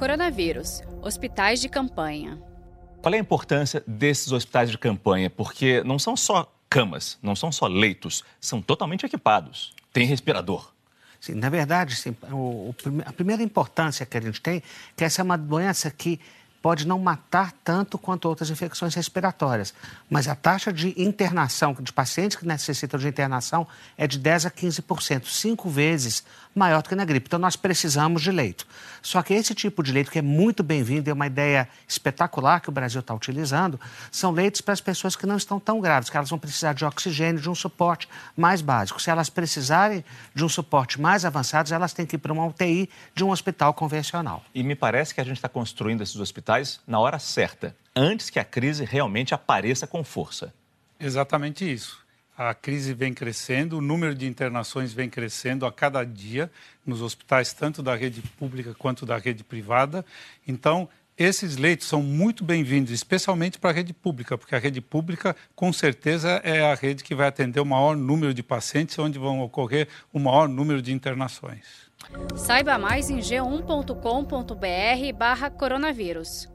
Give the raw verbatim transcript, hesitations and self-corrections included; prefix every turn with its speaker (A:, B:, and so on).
A: Coronavírus, hospitais de campanha.
B: Qual é a importância desses hospitais de campanha? Porque não são só camas, não são só leitos, são totalmente equipados. Tem respirador.
C: Sim, na verdade, sim, o, o, a primeira importância que a gente tem é que essa é uma doença que pode não matar tanto quanto outras infecções respiratórias, mas a taxa de internação de pacientes que necessitam de internação é de dez a quinze por cento, cinco vezes maior do que na gripe. Então, nós precisamos de leito. Só que esse tipo de leito, que é muito bem-vindo, é uma ideia espetacular que o Brasil está utilizando, são leitos para as pessoas que não estão tão graves, que elas vão precisar de oxigênio, de um suporte mais básico. Se elas precisarem de um suporte mais avançado, elas têm que ir para uma U T I de um hospital convencional.
B: E me parece que a gente está construindo esses hospitais na hora certa, antes que a crise realmente apareça com força.
D: Exatamente isso. A crise vem crescendo, o número de internações vem crescendo a cada dia nos hospitais, tanto da rede pública quanto da rede privada. Então, esses leitos são muito bem-vindos, especialmente para a rede pública, porque a rede pública, com certeza, é a rede que vai atender o maior número de pacientes, onde vão ocorrer o maior número de internações.
A: Saiba mais em g um ponto com ponto br barra coronavírus.